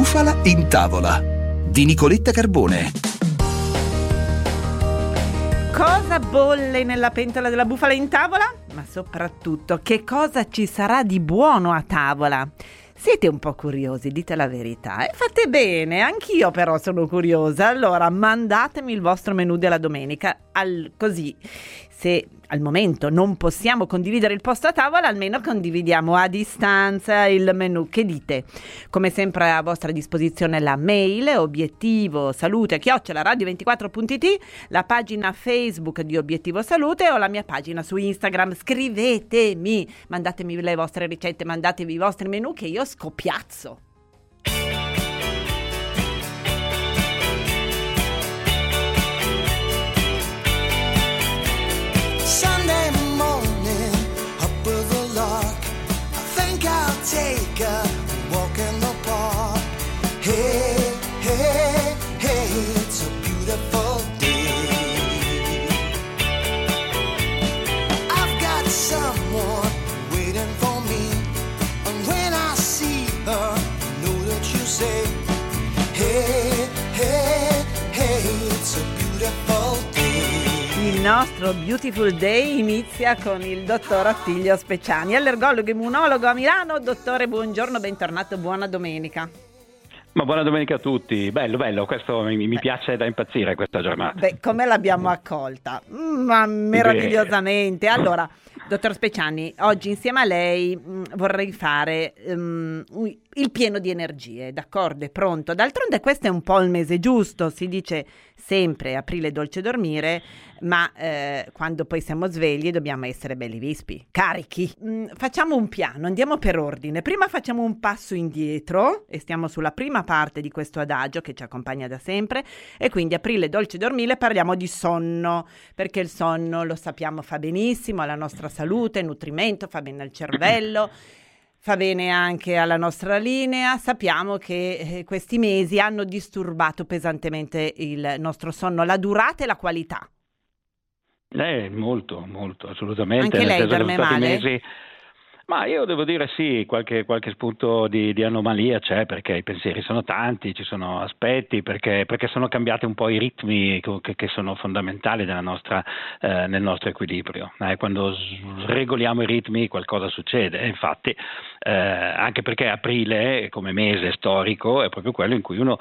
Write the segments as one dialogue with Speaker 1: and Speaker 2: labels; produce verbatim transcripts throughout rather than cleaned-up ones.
Speaker 1: bufala in tavola di Nicoletta Carbone.
Speaker 2: Cosa bolle nella pentola della bufala in tavola? Ma soprattutto, che cosa ci sarà di buono a tavola? Siete un po' curiosi, dite la verità. E fate bene, anch'io però sono curiosa. Allora, mandatemi il vostro menù della domenica. Al, così, se al momento non possiamo condividere il posto a tavola, almeno condividiamo a distanza il menù. Che dite? Come sempre a vostra disposizione la mail obiettivo salute chiocciola radio ventiquattro punto it, la pagina Facebook di Obiettivo Salute o la mia pagina su Instagram. Scrivetemi, mandatemi le vostre ricette, mandatevi i vostri menù che io scoppiazzo.
Speaker 3: Take a walk in the park. Hey, hey, hey, it's a beautiful day. I've got someone waiting for me, and when I see her, you know that you say, hey, hey, hey, it's a beautiful day.
Speaker 2: Il nostro Beautiful Day inizia con il dottor Attilio Speciani, allergologo e immunologo a Milano. Dottore, buongiorno, bentornato, buona domenica.
Speaker 4: Ma buona domenica a tutti, bello, bello, questo mi, mi piace da impazzire questa giornata.
Speaker 2: Beh, come l'abbiamo accolta? Ma meravigliosamente.
Speaker 4: Beh.
Speaker 2: Allora, dottor Speciani, oggi insieme a lei mh, vorrei fare um, il pieno di energie, d'accordo? È pronto? D'altronde questo è un po' il mese giusto, si dice sempre aprile dolce dormire, ma eh, quando poi siamo svegli dobbiamo essere belli vispi, carichi. Mm, facciamo un piano, andiamo per ordine. Prima facciamo un passo indietro e stiamo sulla prima parte di questo adagio che ci accompagna da sempre, e quindi aprile dolce dormire parliamo di sonno, perché il sonno, lo sappiamo, fa benissimo alla nostra salute, nutrimento, fa bene al cervello, fa bene anche alla nostra linea. Sappiamo che eh, questi mesi hanno disturbato pesantemente il nostro sonno, la durata e la qualità.
Speaker 4: Eh, molto, molto, assolutamente.
Speaker 2: Anche lei
Speaker 4: Nel senso,
Speaker 2: dorme
Speaker 4: sono stati
Speaker 2: male?
Speaker 4: mesi. Ma io devo dire sì, qualche, qualche spunto di, di anomalia c'è, perché i pensieri sono tanti, ci sono aspetti, perché, perché sono cambiati un po' i ritmi che, che sono fondamentali nella nostra, eh, nel nostro equilibrio. Eh, quando regoliamo i ritmi qualcosa succede, e infatti eh, anche perché aprile come mese storico è proprio quello in cui uno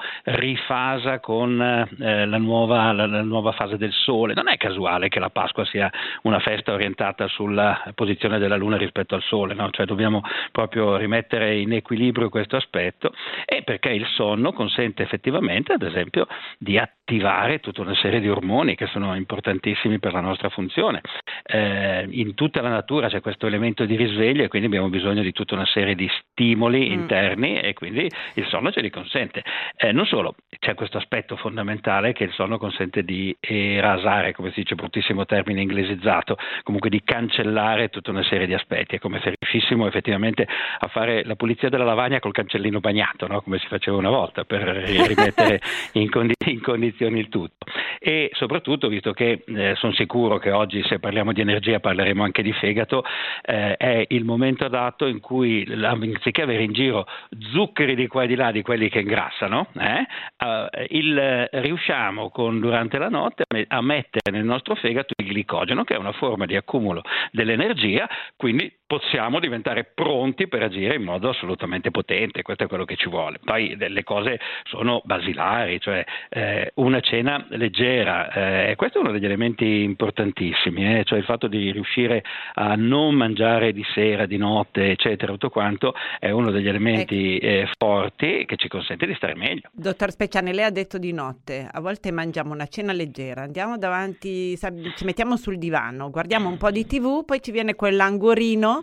Speaker 4: rifasa con eh, la, nuova, la, la nuova fase del sole. Non è casuale che la Pasqua sia una festa orientata sulla posizione della Luna rispetto al Sole, no? Cioè dobbiamo proprio rimettere in equilibrio questo aspetto, e perché il sonno consente effettivamente, ad esempio, di attivare tutta una serie di ormoni che sono importantissimi per la nostra funzione. Eh, in tutta la natura c'è questo elemento di risveglio, e quindi abbiamo bisogno di tutta una serie di stimoli mm. interni, e quindi il sonno ce li consente. Eh, non solo, c'è questo aspetto fondamentale che il sonno consente di erasare, come si dice, bruttissimo termine inglesizzato, comunque di cancellare tutta una serie di aspetti. È come se riuscissimo effettivamente a fare la pulizia della lavagna col cancellino bagnato, no? Come si faceva una volta, per rimettere in, condi- in condizioni il tutto. E soprattutto, visto che eh, sono sicuro che oggi, se parliamo di energia, parleremo anche di fegato, eh, è il momento adatto in cui, anziché avere in giro zuccheri di qua e di là, di quelli che ingrassano, eh, eh, il, riusciamo con, durante la notte a mettere nel nostro fegato il glicogeno, che è una forma di accumulo dell'energia, quindi possiamo diventare pronti per agire in modo assolutamente potente. Questo è quello che ci vuole. Poi le cose sono basilari, cioè eh, una cena leggera, eh, e questo è uno degli elementi importantissimi, eh, cioè il fatto di riuscire a non mangiare di sera, di notte, eccetera, tutto quanto è uno degli elementi eh, forti che ci consente di stare meglio.
Speaker 2: Dottor Speciani, lei ha detto di notte, a volte mangiamo una cena leggera, andiamo davanti, ci mettiamo sul divano, guardiamo un po' di tivù, poi ci viene quell'angorino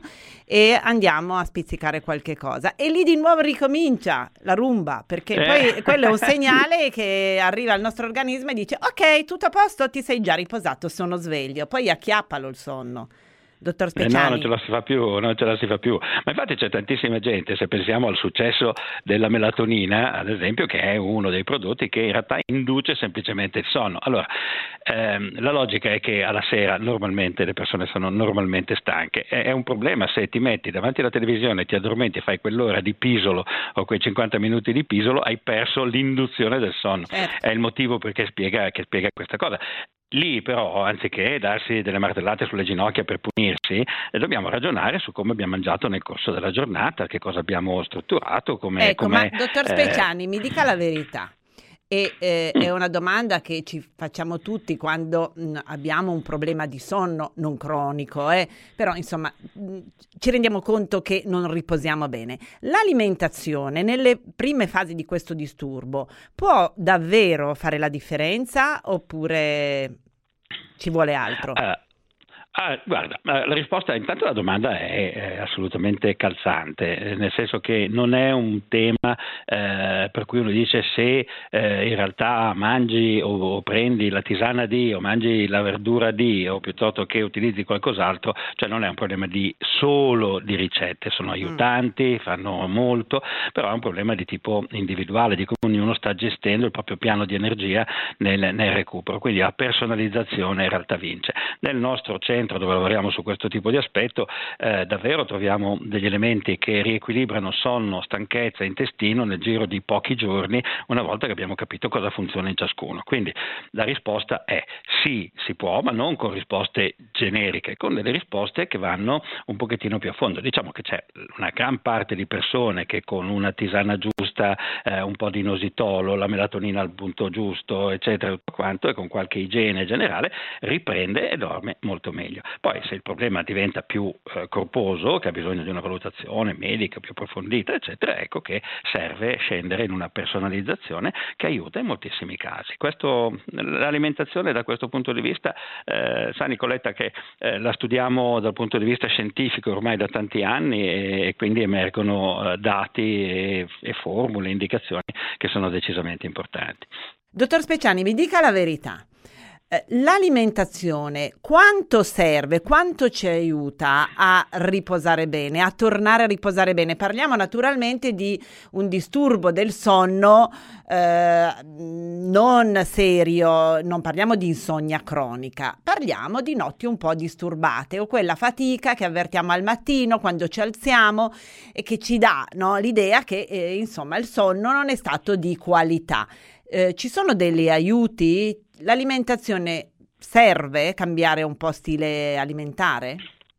Speaker 2: e andiamo a spizzicare qualche cosa, e lì di nuovo ricomincia la rumba, perché eh. poi quello è un segnale che arriva al nostro organismo e dice: ok, tutto a posto, ti sei già riposato, sono sveglio. Poi acchiappalo il sonno. dottor
Speaker 4: Eh,
Speaker 2: Speciani?
Speaker 4: no, non ce la si fa più, non ce la si fa più. Ma infatti c'è tantissima gente, se pensiamo al successo della melatonina, ad esempio, che è uno dei prodotti che in realtà induce semplicemente il sonno. Allora, ehm, la logica è che alla sera normalmente le persone sono normalmente stanche. È, è un problema se ti metti davanti alla televisione, ti addormenti e fai quell'ora di pisolo o quei cinquanta minuti di pisolo, hai perso l'induzione del sonno.
Speaker 2: Certo.
Speaker 4: È il motivo perché spiega, che spiega questa cosa. Lì però, anziché darsi delle martellate sulle ginocchia per punirsi, eh, dobbiamo ragionare su come abbiamo mangiato nel corso della giornata, che cosa abbiamo strutturato, come...
Speaker 2: Ecco,
Speaker 4: come,
Speaker 2: ma dottor
Speaker 4: eh,
Speaker 2: Speciani, mi dica la verità. E, eh, è una domanda che ci facciamo tutti quando mh, abbiamo un problema di sonno non cronico, eh? Però insomma mh, ci rendiamo conto che non riposiamo bene. L'alimentazione nelle prime fasi di questo disturbo può davvero fare la differenza oppure ci vuole altro?
Speaker 4: eh, Ah, guarda, la risposta, intanto la domanda è, è assolutamente calzante, eh, nel senso che non è un tema eh, per cui uno dice se eh, in realtà mangi o, o prendi la tisana di o mangi la verdura di o piuttosto che utilizzi qualcos'altro, cioè non è un problema di solo di ricette, sono aiutanti, fanno molto, però è un problema di tipo individuale, di come ognuno sta gestendo il proprio piano di energia nel, nel recupero, quindi la personalizzazione in realtà vince. Nel nostro centro dove lavoriamo su questo tipo di aspetto, eh, davvero troviamo degli elementi che riequilibrano sonno, stanchezza e intestino nel giro di pochi giorni, una volta che abbiamo capito cosa funziona in ciascuno. Quindi la risposta è sì, si può, ma non con risposte generiche, con delle risposte che vanno un pochettino più a fondo. Diciamo che c'è una gran parte di persone che con una tisana giusta, eh, un po' di inositolo, la melatonina al punto giusto, eccetera, tutto quanto, e con qualche igiene generale riprende e dorme molto meglio. Poi se il problema diventa più eh, corposo, che ha bisogno di una valutazione medica più approfondita, eccetera, ecco che serve scendere in una personalizzazione che aiuta in moltissimi casi. Questo, l'alimentazione da questo punto di vista, eh, sa Nicoletta che eh, la studiamo dal punto di vista scientifico ormai da tanti anni e, e quindi emergono eh, dati e, e formule, indicazioni che sono decisamente importanti.
Speaker 2: Dottor Speciani, mi dica la verità. Eh, L'alimentazione quanto serve, quanto ci aiuta a riposare bene, a tornare a riposare bene? Parliamo naturalmente di un disturbo del sonno eh, non serio, non parliamo di insonnia cronica, parliamo di notti un po' disturbate o quella fatica che avvertiamo al mattino quando ci alziamo e che ci dà, no, l'idea che eh, insomma il sonno non è stato di qualità. Eh, ci sono degli aiuti? L'alimentazione serve cambiare un po' stile alimentare?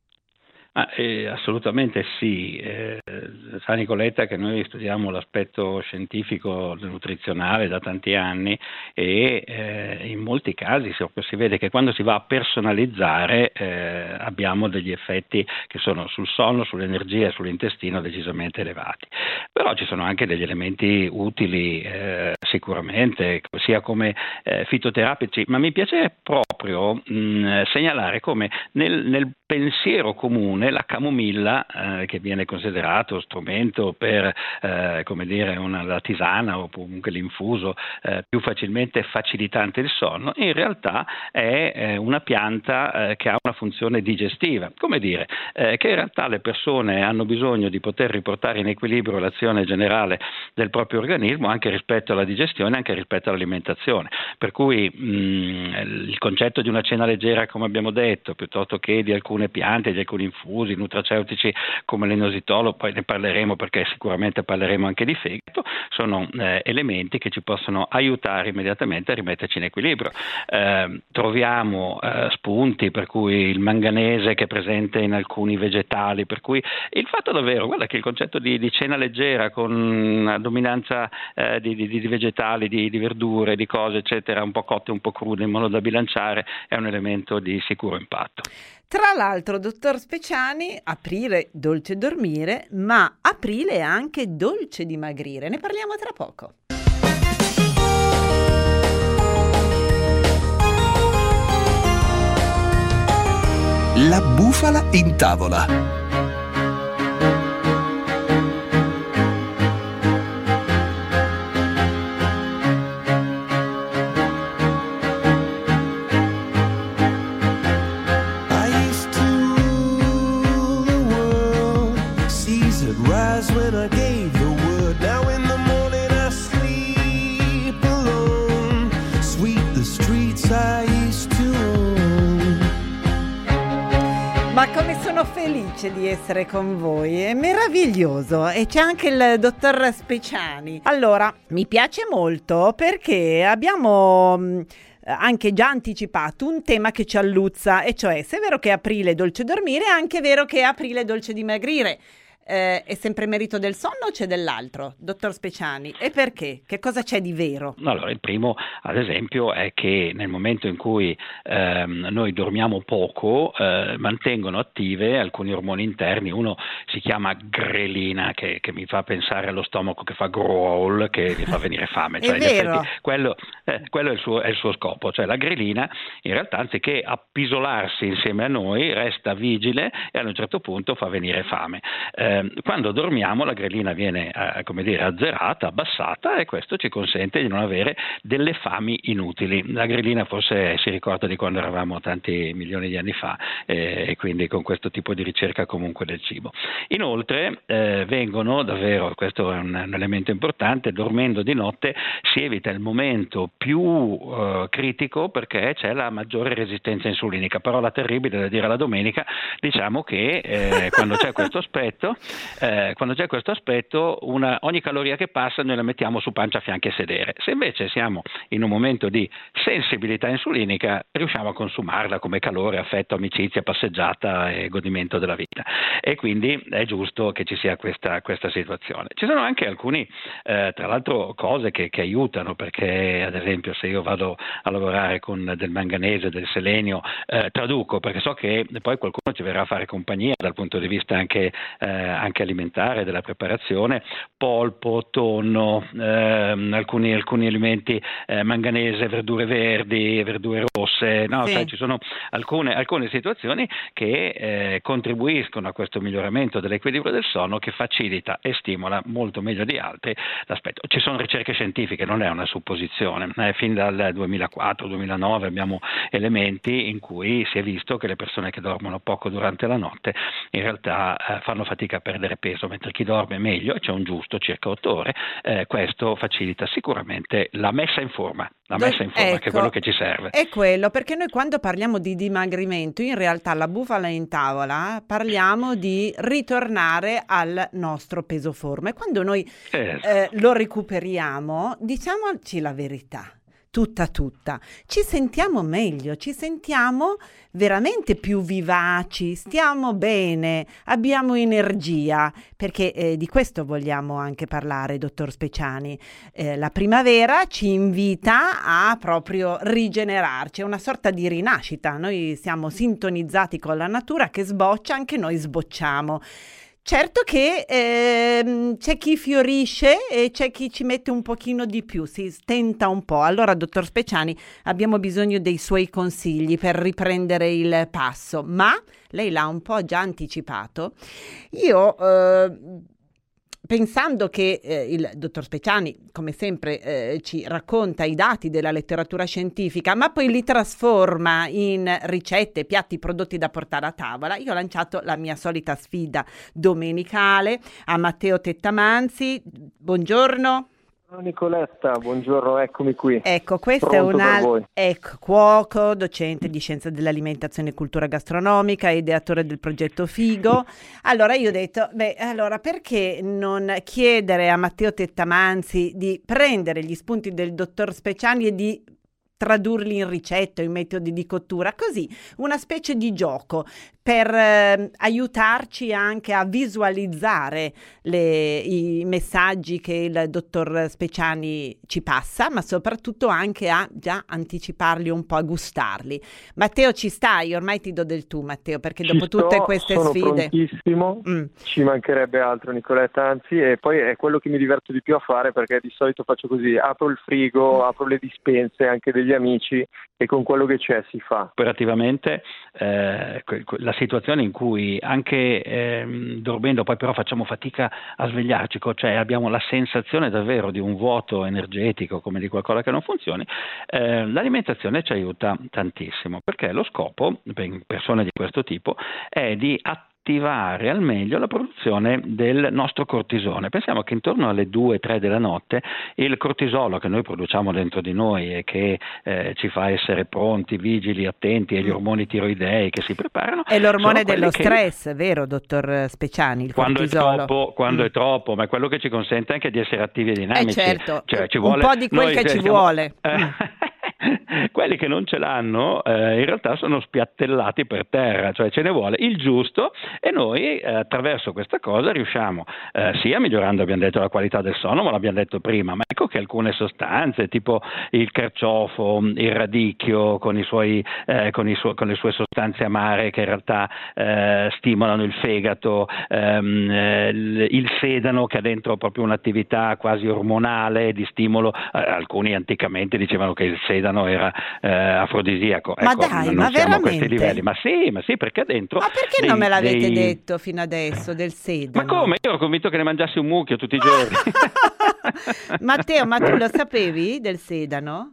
Speaker 4: Ah, eh, assolutamente sì, eh, sa Nicoletta che noi studiamo l'aspetto scientifico nutrizionale da tanti anni e eh, in molti casi si, si vede che quando si va a personalizzare eh, abbiamo degli effetti che sono sul sonno, sull'energia e sull'intestino decisamente elevati. Però ci sono anche degli elementi utili eh, sicuramente, sia come eh, fitoterapici, ma mi piace proprio mh, segnalare come nel, nel pensiero comune la camomilla, eh, che viene considerato strumento per eh, come dire una, la tisana o comunque l'infuso eh, più facilmente facilitante il sonno, in realtà è eh, una pianta eh, che ha una funzione digestiva, come dire eh, che in realtà le persone hanno bisogno di poter riportare in equilibrio l'azione generale del proprio organismo anche rispetto alla digestione, anche rispetto all'alimentazione, per cui mh, il concetto di una cena leggera, come abbiamo detto, piuttosto che di alcune piante, di alcuni infusi nutraceutici come l'inositolo, poi ne parleremo perché sicuramente parleremo anche di fegato, sono eh, elementi che ci possono aiutare immediatamente a rimetterci in equilibrio. Eh, troviamo eh, spunti per cui il manganese che è presente in alcuni vegetali, per cui il fatto davvero, guarda che il concetto di, di cena leggera con una dominanza eh, di, di, di vegetali, di, di verdure, di cose eccetera, un po' cotte, un po' crude, in modo da bilanciare, è un elemento di sicuro impatto.
Speaker 2: Tra l'altro, dottor Speciani, aprile dolce dormire, ma aprile è anche dolce dimagrire. Ne parliamo tra poco.
Speaker 1: La bufala in tavola.
Speaker 3: I used to
Speaker 2: Ma come sono felice di essere con voi, è meraviglioso. E c'è anche il dottor Speciani. Allora, mi piace molto perché abbiamo mh, anche già anticipato un tema che ci alluzza, e cioè, se è vero che aprile è dolce dormire, è anche vero che aprile è dolce dimagrire. Eh, è sempre merito del sonno o c'è dell'altro, dottor Speciani? E perché? Che cosa c'è di vero?
Speaker 4: Allora, il primo, ad esempio, è che nel momento in cui ehm, noi dormiamo poco, eh, mantengono attive alcuni ormoni interni. Uno si chiama grelina, che, che mi fa pensare allo stomaco che fa growl, che mi fa venire fame. Cioè,
Speaker 2: È vero.
Speaker 4: in effetti, quello, eh, quello è, il suo, è il suo scopo. Cioè, la grelina, in realtà, anziché appisolarsi insieme a noi, resta vigile e ad un certo punto fa venire fame. Eh, Quando dormiamo la grelina viene eh, come dire, azzerata, abbassata, e questo ci consente di non avere delle fami inutili. La grelina forse si ricorda di quando eravamo tanti milioni di anni fa, eh, e quindi con questo tipo di ricerca comunque del cibo. Inoltre eh, vengono davvero, questo è un, un elemento importante, dormendo di notte si evita il momento più eh, critico, perché c'è la maggiore resistenza insulinica. Parola terribile da dire alla domenica. Diciamo che eh, quando c'è questo aspetto Eh, quando c'è questo aspetto, una, ogni caloria che passa noi la mettiamo su pancia, fianchi e sedere. Se invece siamo in un momento di sensibilità insulinica, riusciamo a consumarla come calore, affetto, amicizia, passeggiata e godimento della vita. E quindi è giusto che ci sia questa, questa situazione. Ci sono anche alcuni, eh, tra l'altro, cose che, che aiutano, perché ad esempio se io vado a lavorare con del manganese, del selenio, eh, traduco, perché so che poi qualcuno ci verrà a fare compagnia dal punto di vista anche eh, anche alimentare, della preparazione, polpo, tonno, ehm, alcuni, alcuni alimenti eh, manganese, verdure verdi, verdure rosse, no?
Speaker 2: Sì.
Speaker 4: Cioè, ci sono alcune, alcune situazioni che eh, contribuiscono a questo miglioramento dell'equilibrio del sonno, che facilita e stimola molto meglio di altri l'aspetto. Ci sono ricerche scientifiche, non è una supposizione, eh, fin dal duemilaquattro duemilanove abbiamo elementi in cui si è visto che le persone che dormono poco durante la notte in realtà eh, fanno fatica a perdere peso, mentre chi dorme meglio, e c'è un giusto circa otto ore, eh, questo facilita sicuramente la messa in forma, la messa in forma,
Speaker 2: Ecco,
Speaker 4: che è quello che ci serve.
Speaker 2: È quello, perché noi quando parliamo di dimagrimento, in realtà la bufala in tavola, parliamo di ritornare al nostro peso forma, e quando noi
Speaker 4: Eh,
Speaker 2: eh, lo recuperiamo, diciamoci la verità, tutta tutta, ci sentiamo meglio, ci sentiamo veramente più vivaci, stiamo bene, abbiamo energia, perché eh, di questo vogliamo anche parlare, dottor Speciani. Eh, la primavera ci invita a proprio rigenerarci, è una sorta di rinascita, noi siamo sintonizzati con la natura che sboccia, anche noi sbocciamo. Certo che ehm, c'è chi fiorisce e c'è chi ci mette un pochino di più, si stenta un po'. Allora, dottor Speciani, abbiamo bisogno dei suoi consigli per riprendere il passo, ma lei l'ha un po' già anticipato. Io... Eh, Pensando che eh, il dottor Speciani, come sempre, eh, ci racconta i dati della letteratura scientifica, ma poi li trasforma in ricette, piatti, prodotti da portare a tavola, io ho lanciato la mia solita sfida domenicale a Matteo Tettamanzi. Buongiorno.
Speaker 5: Nicoletta, buongiorno, eccomi qui.
Speaker 2: Ecco, questo
Speaker 5: Pronto
Speaker 2: è un
Speaker 5: per
Speaker 2: altro
Speaker 5: voi.
Speaker 2: ecco, cuoco, docente di scienza dell'alimentazione e cultura gastronomica, ideatore del progetto Figo. Allora io ho detto, beh, allora perché non chiedere a Matteo Tettamanzi di prendere gli spunti del dottor Speciani e di tradurli in ricette o in metodi di cottura, così una specie di gioco per eh, aiutarci anche a visualizzare le, i messaggi che il dottor Speciani ci passa, ma soprattutto anche a già anticiparli un po', a gustarli. Matteo, ci stai? Ormai ti do del tu, Matteo, perché
Speaker 5: Ci
Speaker 2: dopo tutte
Speaker 5: sto,
Speaker 2: queste
Speaker 5: sono
Speaker 2: sfide...
Speaker 5: prontissimo,
Speaker 2: Mm.
Speaker 5: ci mancherebbe altro, Nicoletta, anzi, e poi è quello che mi diverto di più a fare, perché di solito faccio così, apro il frigo, apro le dispense anche degli amici, e con quello che c'è si fa.
Speaker 4: Operativamente eh, la situazione in cui anche ehm, dormendo poi però facciamo fatica a svegliarci, cioè abbiamo la sensazione davvero di un vuoto energetico, come di qualcosa che non funzioni, eh, l'alimentazione ci aiuta tantissimo, perché lo scopo per persone di questo tipo è di attivare attivare al meglio la produzione del nostro cortisone. Pensiamo che intorno alle due tre della notte il cortisolo che noi produciamo dentro di noi e che eh, ci fa essere pronti, vigili, attenti agli ormoni tiroidei che si preparano.
Speaker 2: È l'ormone
Speaker 4: sono
Speaker 2: dello
Speaker 4: quelli che-
Speaker 2: stress, vero, dottor Speciani? Il
Speaker 4: quando è
Speaker 2: cortisolo.
Speaker 4: troppo, quando
Speaker 2: Mm.
Speaker 4: è troppo, ma è quello che ci consente anche di essere attivi e dinamici.
Speaker 2: Eh certo,
Speaker 4: Cioè, ci
Speaker 2: un
Speaker 4: vuole-
Speaker 2: po' di quel
Speaker 4: noi
Speaker 2: che ci
Speaker 4: siamo-
Speaker 2: vuole.
Speaker 4: Eh, quelli che non ce l'hanno eh, in realtà sono spiattellati per terra, cioè ce ne vuole il giusto e noi eh, attraverso questa cosa riusciamo eh, sia migliorando, abbiamo detto, la qualità del sonno, ma l'abbiamo detto prima, ma ecco che alcune sostanze tipo il carciofo, il radicchio con, i suoi, eh, con, i su- con le sue sostanze amare che in realtà eh, stimolano il fegato, ehm, eh, il, il sedano che ha dentro proprio un'attività quasi ormonale di stimolo, eh, alcuni anticamente dicevano che il sedano era eh, afrodisiaco.
Speaker 2: Ma
Speaker 4: Ecco,
Speaker 2: dai,
Speaker 4: non
Speaker 2: ma
Speaker 4: siamo a questi
Speaker 2: veramente?
Speaker 4: livelli, ma sì, ma sì, perché ha dentro
Speaker 2: Ma perché
Speaker 4: dei-
Speaker 2: non me l'avete
Speaker 4: dei-
Speaker 2: detto fino adesso del sedano?
Speaker 4: Ma come? Io ero convinto che ne mangiassi un mucchio tutti i giorni.
Speaker 2: Matteo, ma tu lo sapevi del sedano?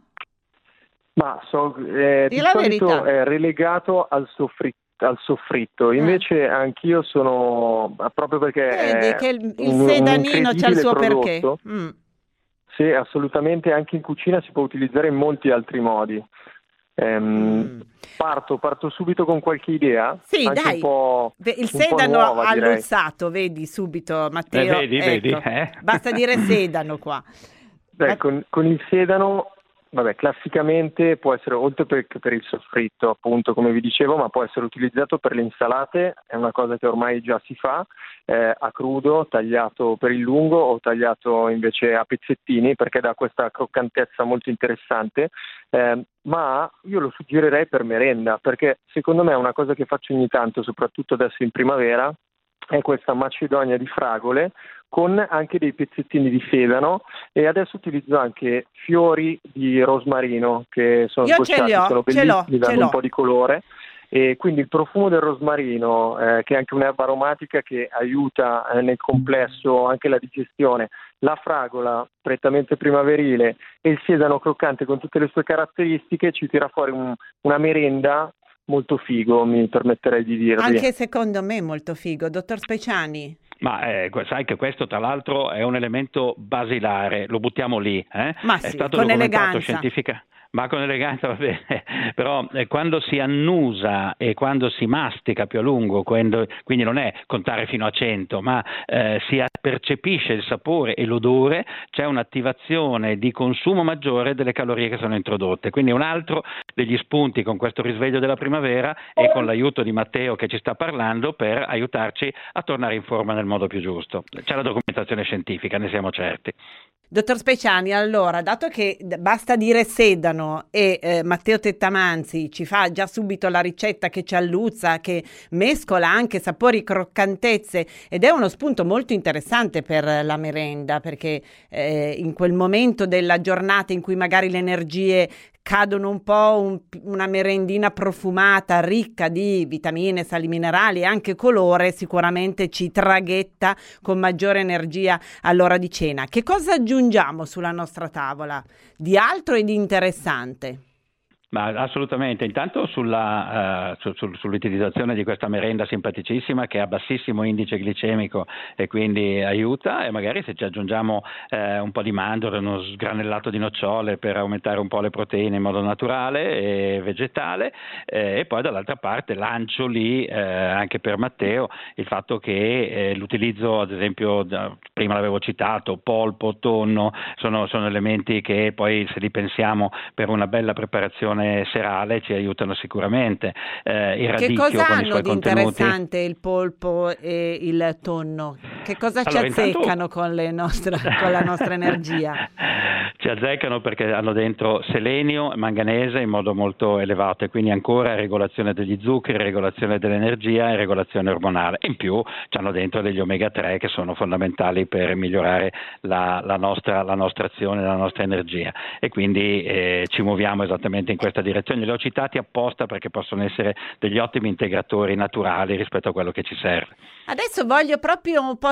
Speaker 5: Ma so, eh, di
Speaker 2: Dì la
Speaker 5: solito
Speaker 2: verità.
Speaker 5: è relegato al soffritto. Al soffritto, invece anch'io sono proprio perché
Speaker 2: Vedi
Speaker 5: è
Speaker 2: che il, il
Speaker 5: un- un
Speaker 2: sedanino c'ha il suo
Speaker 5: incredibile
Speaker 2: perché.
Speaker 5: prodotto.
Speaker 2: Mm.
Speaker 5: Sì, assolutamente, anche in cucina si può utilizzare in molti altri modi. Ehm,
Speaker 2: Mm.
Speaker 5: parto, parto subito con qualche idea,
Speaker 2: Sì,
Speaker 5: anche
Speaker 2: dai.
Speaker 5: un po',
Speaker 2: Ve- Il
Speaker 5: un po'
Speaker 2: sedano
Speaker 5: nuova, direi.
Speaker 2: alluzzato, vedi subito, Matteo.
Speaker 4: Eh, vedi,
Speaker 2: ecco.
Speaker 4: vedi, eh?
Speaker 2: Basta dire sedano qua.
Speaker 5: Beh,
Speaker 2: Ma-
Speaker 5: con, con il sedano, vabbè, classicamente può essere, oltre per, che per il soffritto, appunto, come vi dicevo, ma può essere utilizzato per le insalate, è una cosa che ormai già si fa, eh, a crudo, tagliato per il lungo o tagliato invece a pezzettini, perché dà questa croccantezza molto interessante, eh, ma io lo suggerirei per merenda, perché secondo me è una cosa che faccio ogni tanto, soprattutto adesso in primavera, è questa macedonia di fragole con anche dei pezzettini di sedano e adesso utilizzo anche fiori di rosmarino che sono
Speaker 2: Io ce
Speaker 5: sbocciati,
Speaker 2: li ho,
Speaker 5: sono
Speaker 2: ce l'ho,
Speaker 5: bellissimi,
Speaker 2: ce
Speaker 5: danno
Speaker 2: l'ho.
Speaker 5: un po' di colore e quindi il profumo del rosmarino eh, che è anche un'erba aromatica che aiuta eh, nel complesso anche la digestione, la fragola prettamente primaverile e il sedano croccante con tutte le sue caratteristiche ci tira fuori un- una merenda molto figo, mi permetterei di dirvi.
Speaker 2: Anche secondo me molto figo. Dottor Speciani.
Speaker 4: Ma eh, que- sai che questo tra l'altro è un elemento basilare, lo buttiamo lì, eh?
Speaker 2: Ma
Speaker 4: È
Speaker 2: sì,
Speaker 4: stato
Speaker 2: con
Speaker 4: documentato
Speaker 2: eleganza.
Speaker 4: scientifica- Ma con eleganza va bene, però eh, quando si annusa e quando si mastica più a lungo, quando- quindi non è contare fino a cento, ma eh, si percepisce il sapore e l'odore, c'è un'attivazione di consumo maggiore delle calorie che sono introdotte. Quindi un altro degli spunti con questo risveglio della primavera e con l'aiuto di Matteo che ci sta parlando per aiutarci a tornare in forma nel modo più giusto. C'è la documentazione scientifica, ne siamo certi.
Speaker 2: Dottor Speciani, allora, dato che d- basta dire sedano e eh, Matteo Tettamanzi ci fa già subito la ricetta che ci alluzza, che mescola anche sapori, croccantezze ed è uno spunto molto interessante per la merenda, perché eh, in quel momento della giornata in cui magari le energie cadono un po', un- una merendina profumata, ricca di vitamine, sali minerali e anche colore, sicuramente ci traghetta con maggiore energia all'ora di cena. Che cosa aggiungiamo sulla nostra tavola di altro e di interessante?
Speaker 4: Ma assolutamente, intanto sulla, eh, su- su- sull'utilizzazione di questa merenda simpaticissima che ha bassissimo indice glicemico e quindi aiuta, e magari se ci aggiungiamo eh, un po' di mandorle, uno sgranellato di nocciole per aumentare un po' le proteine in modo naturale e vegetale, eh, e poi dall'altra parte lancio lì eh, anche per Matteo il fatto che eh, l'utilizzo, ad esempio, da- prima l'avevo citato, polpo, tonno, sono, sono elementi che poi, se li pensiamo per una bella preparazione serale, ci aiutano sicuramente. Eh, il
Speaker 2: Che
Speaker 4: radicchio
Speaker 2: cosa
Speaker 4: con i
Speaker 2: hanno
Speaker 4: suoi
Speaker 2: di
Speaker 4: contenuti.
Speaker 2: interessante il polpo e il tonno? Che cosa ci
Speaker 4: Allora, intanto-
Speaker 2: azzeccano con, le nostre, con la nostra energia?
Speaker 4: Ci azzeccano perché hanno dentro selenio e manganese in modo molto elevato e quindi ancora regolazione degli zuccheri, regolazione dell'energia e regolazione ormonale. In più hanno dentro degli omega tre che sono fondamentali per migliorare la, la, nostra, la nostra azione, la nostra energia, e quindi eh, ci muoviamo esattamente in questa direzione. Li ho citati apposta perché possono essere degli ottimi integratori naturali rispetto a quello che ci serve.
Speaker 2: Adesso voglio proprio un po'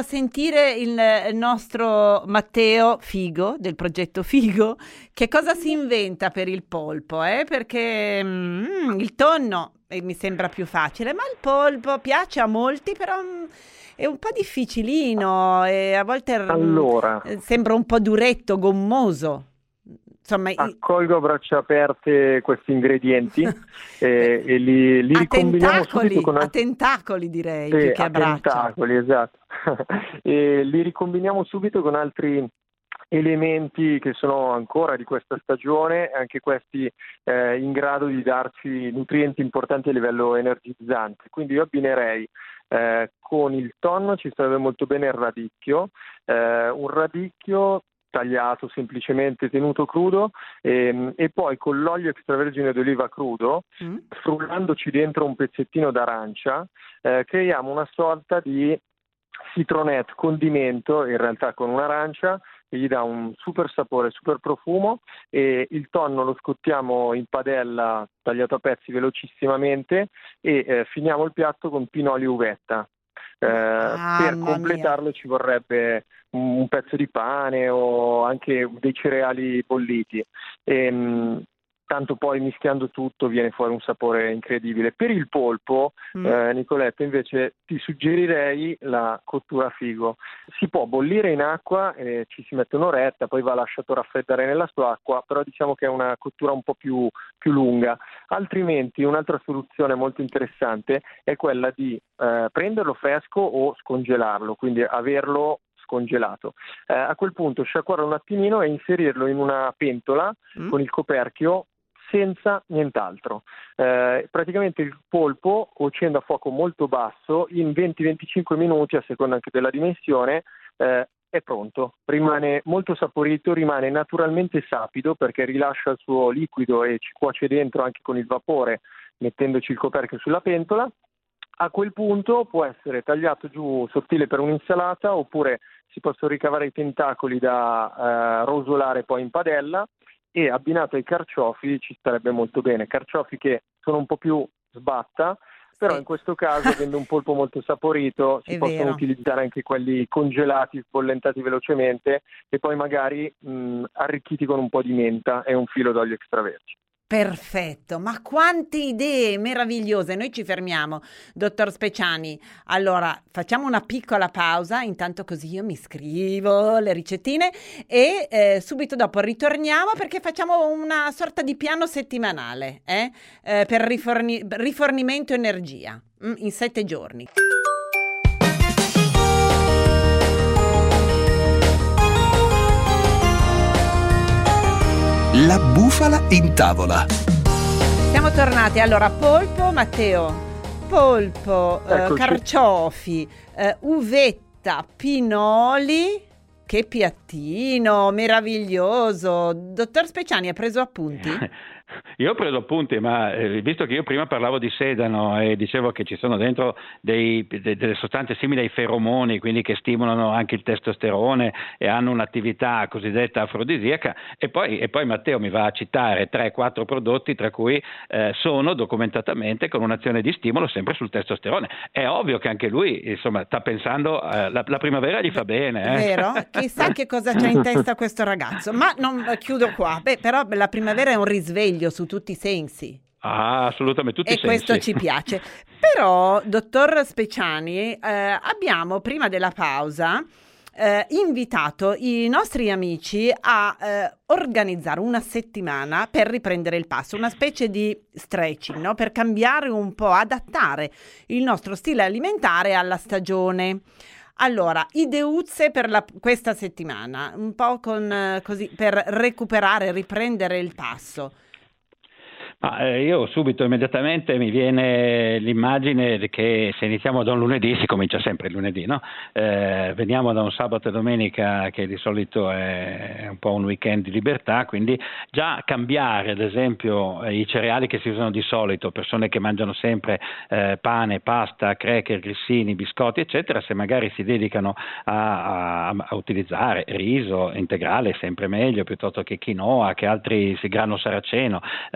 Speaker 2: sentire il, il nostro Matteo Figo del progetto Figo che cosa si inventa per il polpo, eh? Perché mm, il tonno eh, mi sembra più facile, ma il polpo piace a molti, però mm, è un po' difficilino e a volte mm,
Speaker 5: Allora,
Speaker 2: sembra un po' duretto, gommoso. Insomma, i-
Speaker 5: accolgo a braccia aperte questi ingredienti e, e li, li
Speaker 2: a
Speaker 5: ricombiniamo
Speaker 2: tentacoli,
Speaker 5: subito con
Speaker 2: a
Speaker 5: altri.
Speaker 2: tentacoli direi,
Speaker 5: Sì,
Speaker 2: più che a
Speaker 5: a
Speaker 2: braccia.
Speaker 5: tentacoli, esatto. E li ricombiniamo subito con altri elementi che sono ancora di questa stagione, anche questi eh, in grado di darci nutrienti importanti a livello energizzante. Quindi io abbinerei eh, con il tonno, ci sarebbe molto bene il radicchio, eh, un radicchio tagliato semplicemente, tenuto crudo, ehm, e poi con l'olio extravergine d'oliva crudo,
Speaker 2: Mm?
Speaker 5: frullandoci dentro un pezzettino d'arancia, eh, creiamo una sorta di citronette condimento, in realtà con un'arancia, che gli dà un super sapore, super profumo, e il tonno lo scottiamo in padella tagliato a pezzi velocissimamente e eh, finiamo il piatto con pinoli e uvetta. Eh, per
Speaker 2: Mamma mia.
Speaker 5: completarlo ci vorrebbe un, un pezzo di pane o anche dei cereali bolliti. Ehm, tanto poi mischiando tutto viene fuori un sapore incredibile. Per il polpo,
Speaker 2: Mm.
Speaker 5: eh, Nicoletta, invece ti suggerirei la cottura a figo. Si può bollire in acqua, eh, ci si mette un'oretta, poi va lasciato raffreddare nella sua acqua, però diciamo che è una cottura un po' più, più lunga. Altrimenti un'altra soluzione molto interessante è quella di eh, prenderlo fresco o scongelarlo, quindi averlo scongelato. Eh, a quel punto sciacquarlo un attimino e inserirlo in una pentola
Speaker 2: Mm?
Speaker 5: con il coperchio senza nient'altro. Eh, praticamente il polpo, cuocendo a fuoco molto basso, in venti venticinque minuti, a seconda anche della dimensione, eh, è pronto. Rimane molto saporito, rimane naturalmente sapido perché rilascia il suo liquido e ci cuoce dentro anche con il vapore, mettendoci il coperchio sulla pentola. A quel punto può essere tagliato giù sottile per un'insalata, oppure si possono ricavare i tentacoli da eh, rosolare poi in padella, e abbinato ai carciofi ci starebbe molto bene. Carciofi che sono un po' più sbatta, però
Speaker 2: Sì.
Speaker 5: in questo caso, avendo un polpo molto saporito, si
Speaker 2: È
Speaker 5: possono
Speaker 2: vero.
Speaker 5: utilizzare anche quelli congelati, sbollentati velocemente e poi magari mh, arricchiti con un po' di menta e un filo d'olio extravergine.
Speaker 2: Perfetto, ma quante idee meravigliose. Noi ci fermiamo, dottor Speciani. Allora, facciamo una piccola pausa, intanto così io mi scrivo le ricettine e eh, subito dopo ritorniamo perché facciamo una sorta di piano settimanale eh, eh, per riforni- rifornimento energia mm, in sette giorni.
Speaker 1: La bufala in tavola.
Speaker 2: Siamo tornati. Allora, polpo, Matteo, polpo, eh,
Speaker 5: Eccoci.
Speaker 2: carciofi, eh, uvetta, pinoli. Che piattino meraviglioso. Dottor Speciani ha preso appunti?
Speaker 4: Io ho preso appunti, ma eh, visto che io prima parlavo di sedano e dicevo che ci sono dentro dei, de, delle sostanze simili ai feromoni, quindi che stimolano anche il testosterone e hanno un'attività cosiddetta afrodisiaca, e poi, e poi Matteo mi va a citare tre quattro prodotti tra cui eh, sono documentatamente con un'azione di stimolo sempre sul testosterone. È ovvio che anche lui insomma sta pensando eh, la, la primavera gli fa bene. Eh?
Speaker 2: Vero? Chissà che cosa c'è in testa questo ragazzo. Ma non chiudo qua. Beh, però la primavera è un risveglio su tutti i sensi.
Speaker 4: Ah, assolutamente, tutti
Speaker 2: E
Speaker 4: i sensi.
Speaker 2: questo ci piace. Però, dottor Speciani, eh, abbiamo prima della pausa eh, invitato i nostri amici a eh, organizzare una settimana per riprendere il passo, una specie di stretching, no? Per cambiare un po', adattare il nostro stile alimentare alla stagione. Allora, ideuzze per la, questa settimana, un po' con, eh, così, per recuperare, riprendere il passo.
Speaker 4: Ma eh, io subito, immediatamente mi viene l'immagine che se iniziamo da un lunedì, si comincia sempre il lunedì, no? Eh, veniamo da un sabato e domenica che di solito è un po' un weekend di libertà, quindi già cambiare ad esempio eh, i cereali che si usano di solito, persone che mangiano sempre eh, pane, pasta, cracker, grissini, biscotti eccetera, se magari si dedicano a, a, a utilizzare riso integrale sempre meglio, piuttosto che quinoa, che altri grano saraceno, eh, come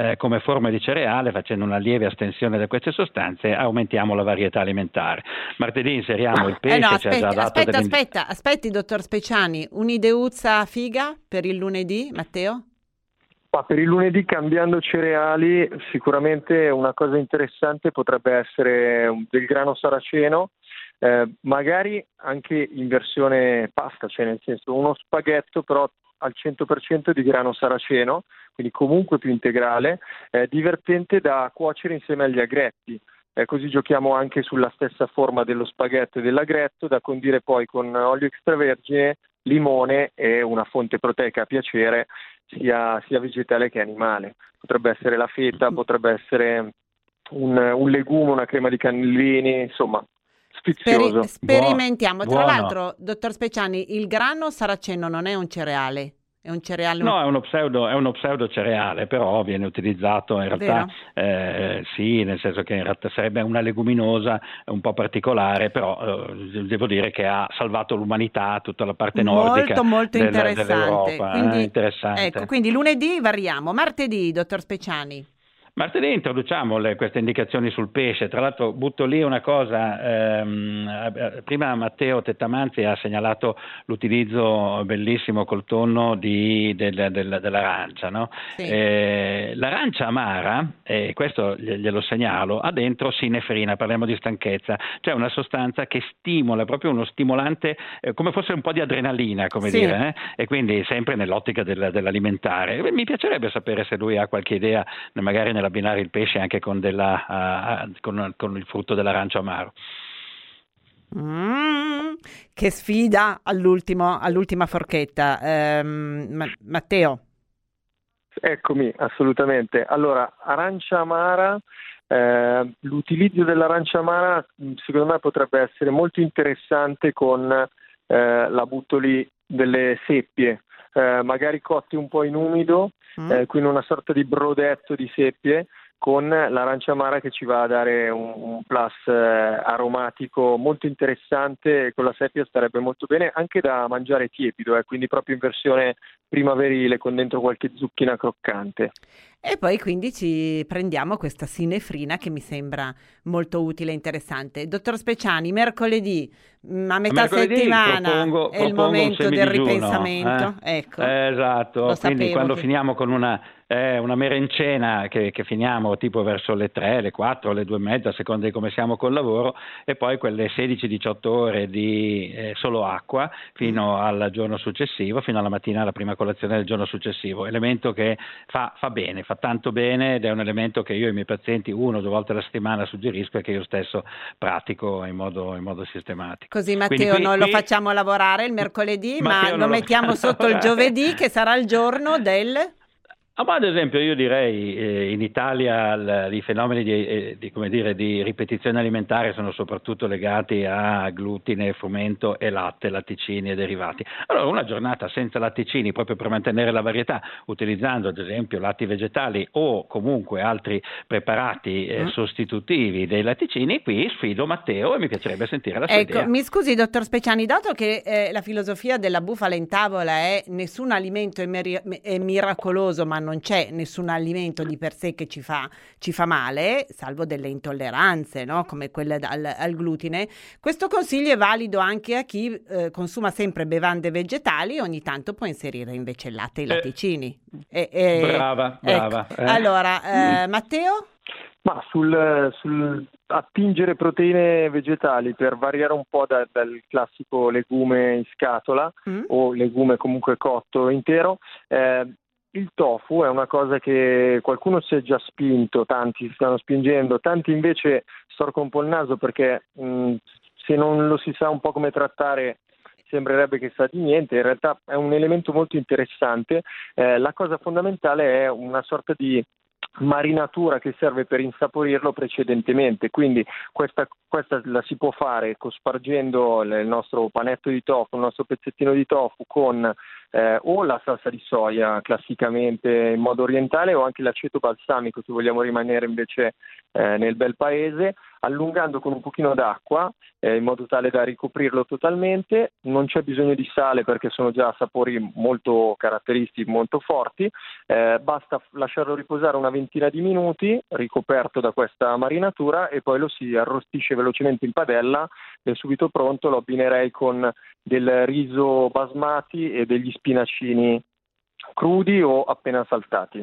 Speaker 4: forme di cereale, facendo una lieve astensione da queste sostanze, aumentiamo la varietà alimentare. Martedì inseriamo il pesce,
Speaker 2: Eh no,
Speaker 4: ci ha
Speaker 2: aspetti,
Speaker 4: già dato
Speaker 2: aspetta,
Speaker 4: delle-
Speaker 2: aspetta, aspetti, dottor Speciani, un'ideuzza figa per il lunedì, Matteo?
Speaker 5: Ma per il lunedì, cambiando cereali, sicuramente una cosa interessante potrebbe essere un- del grano saraceno, eh, magari anche in versione pasta, cioè nel senso uno spaghetto però al cento per cento di grano saraceno, quindi comunque più integrale, eh, divertente da cuocere insieme agli agretti. Eh, così giochiamo anche sulla stessa forma dello spaghetto e dell'agretto, da condire poi con olio extravergine, limone e una fonte proteica a piacere, sia, sia vegetale che animale. Potrebbe essere la feta, potrebbe essere un, un legume, una crema di cannellini, insomma, sfizioso.
Speaker 2: Speri- sperimentiamo. Tra
Speaker 4: Buono.
Speaker 2: l'altro, dottor Speciani, il grano saraceno non è un cereale, è un cereale...
Speaker 4: No, è uno pseudo, è uno pseudo cereale, però viene utilizzato in realtà, eh, sì, nel senso che in realtà sarebbe una leguminosa un po' particolare, però eh, devo dire che ha salvato l'umanità, tutta la parte nordica
Speaker 2: Molto, molto
Speaker 4: del-
Speaker 2: interessante.
Speaker 4: dell'Europa.
Speaker 2: Quindi,
Speaker 4: eh, interessante.
Speaker 2: ecco, quindi lunedì variamo. Martedì, dottor Speciani.
Speaker 4: Martedì introduciamo le- queste indicazioni sul pesce. Tra l'altro butto lì una cosa, ehm, eh, prima Matteo Tettamanzi ha segnalato l'utilizzo bellissimo col tonno di- del- del- dell'arancia, no?
Speaker 2: Sì.
Speaker 4: Eh, l'arancia amara, e questo glie- glielo segnalo, ha dentro sinefrina, parliamo di stanchezza, cioè una sostanza che stimola, proprio uno stimolante, eh, come fosse un po' di adrenalina, come
Speaker 2: Sì.
Speaker 4: dire, eh? E quindi sempre nell'ottica del- dell'alimentare. Mi piacerebbe sapere se lui ha qualche idea, magari nell'abbinare il pesce anche con, della, ah, con, con il frutto dell'arancio amaro.
Speaker 2: Mm, che sfida all'ultimo, all'ultima forchetta. Ehm, Ma- Matteo.
Speaker 5: Eccomi, assolutamente. Allora, arancia amara, eh, l'utilizzo dell'arancia amara mh, secondo me potrebbe essere molto interessante con eh, la butto lì delle seppie, eh, magari cotte un po' in umido,
Speaker 2: Mm.
Speaker 5: eh, quindi una sorta di brodetto di seppie con l'arancia amara che ci va a dare un, un plus eh, aromatico molto interessante, e con la seppia starebbe molto bene anche da mangiare tiepido, eh, quindi proprio in versione primaverile con dentro qualche zucchina croccante.
Speaker 2: E poi quindi ci prendiamo questa sinefrina che mi sembra molto utile e interessante. Dottor Speciani, mercoledì, mm, a metà
Speaker 4: Mercoledì
Speaker 2: settimana
Speaker 4: propongo-
Speaker 2: è il
Speaker 4: propongo un
Speaker 2: momento del
Speaker 4: semidigiuno,
Speaker 2: ripensamento.
Speaker 4: eh?
Speaker 2: Ecco.
Speaker 4: Eh, esatto,
Speaker 2: Lo
Speaker 4: quindi
Speaker 2: sapevo
Speaker 4: quando
Speaker 2: che-
Speaker 4: finiamo con una, eh, una merencena che, che finiamo tipo verso le tre, le quattro, le due e mezza, a seconda di come siamo col lavoro, e poi quelle sedici diciotto ore di eh, solo acqua fino al giorno successivo, fino alla mattina, alla prima colazione del giorno successivo, elemento che fa, fa bene, fa tanto bene, ed è un elemento che io ai miei pazienti una o due volte alla settimana suggerisco e che io stesso pratico in modo, in modo sistematico.
Speaker 2: Così
Speaker 4: Quindi
Speaker 2: Matteo
Speaker 4: qui-
Speaker 2: non lo
Speaker 4: qui-
Speaker 2: facciamo lavorare il mercoledì, ma
Speaker 4: Matteo
Speaker 2: lo
Speaker 4: non lo
Speaker 2: mettiamo
Speaker 4: facciamo
Speaker 2: sotto il
Speaker 4: lavorare.
Speaker 2: giovedì, che sarà il giorno del...
Speaker 4: Ah, ma ad esempio io direi eh, in Italia l- i fenomeni di, eh, di, come dire, di ripetizione alimentare sono soprattutto legati a glutine, frumento e latte, latticini e derivati. Allora una giornata senza latticini, proprio per mantenere la varietà, utilizzando ad esempio latti vegetali o comunque altri preparati eh,
Speaker 2: Mm.
Speaker 4: sostitutivi dei latticini, qui sfido Matteo e mi piacerebbe sentire la sua
Speaker 2: Ecco,
Speaker 4: idea.
Speaker 2: mi scusi dottor Speciani, dato che eh, la filosofia della bufala in tavola è nessun alimento è, meri- è miracoloso, ma non c'è nessun alimento di per sé che ci fa, ci fa male, salvo delle intolleranze, no? Come quelle al, al glutine, questo consiglio è valido anche a chi eh, consuma sempre bevande vegetali, ogni tanto può inserire invece il latte e i
Speaker 4: Eh,
Speaker 2: latticini. E- e-
Speaker 4: brava, brava,
Speaker 2: ecco.
Speaker 4: eh.
Speaker 2: Allora, eh, Matteo?
Speaker 5: Ma sul, sul attingere proteine vegetali per variare un po' da- dal classico legume in scatola
Speaker 2: Mm?
Speaker 5: o legume comunque cotto intero, eh, il tofu è una cosa che qualcuno si è già spinto, tanti si stanno spingendo, tanti invece storcono un po' il naso perché mh, se non lo si sa un po' come trattare sembrerebbe che sa di niente, in realtà è un elemento molto interessante. Eh, la cosa fondamentale è una sorta di marinatura che serve per insaporirlo precedentemente, quindi questa, questa la si può fare cospargendo il nostro panetto di tofu, il nostro pezzettino di tofu con eh, o la salsa di soia classicamente in modo orientale o anche l'aceto balsamico se vogliamo rimanere invece eh, nel bel paese, allungando con un pochino d'acqua eh, in modo tale da ricoprirlo totalmente. Non c'è bisogno di sale perché sono già sapori molto caratteristici, molto forti. Eh, basta lasciarlo riposare una ventina di minuti ricoperto da questa marinatura e poi lo si arrostisce velocemente in padella. È subito pronto. Lo abbinerei con del riso basmati e degli spinacini crudi o appena saltati.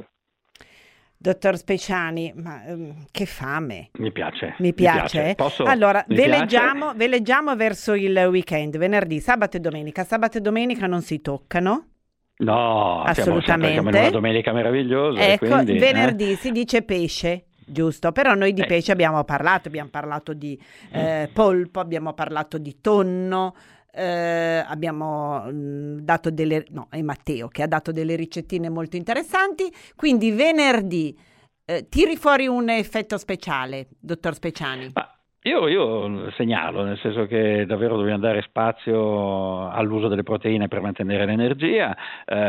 Speaker 2: Dottor Speciani, ma um, che fame.
Speaker 4: Mi piace.
Speaker 2: Mi piace?
Speaker 4: Mi piace. Posso?
Speaker 2: Allora,
Speaker 4: Mi
Speaker 2: veleggiamo,
Speaker 4: piace?
Speaker 2: veleggiamo verso il weekend, venerdì, sabato e domenica. Sabato e domenica non si toccano?
Speaker 4: No,
Speaker 2: assolutamente.
Speaker 4: Siamo sempre una domenica meravigliosa.
Speaker 2: Ecco,
Speaker 4: quindi,
Speaker 2: venerdì
Speaker 4: eh?
Speaker 2: si dice pesce. Giusto, però noi di
Speaker 4: Eh.
Speaker 2: pesce abbiamo parlato, abbiamo parlato di eh, polpo, abbiamo parlato di tonno, eh, abbiamo mh, dato delle, no, è Matteo che ha dato delle ricettine molto interessanti, quindi venerdì eh, tiri fuori un effetto speciale, dottor Speciani.
Speaker 4: Ma io, io segnalo, nel senso che davvero dobbiamo dare spazio all'uso delle proteine per mantenere l'energia.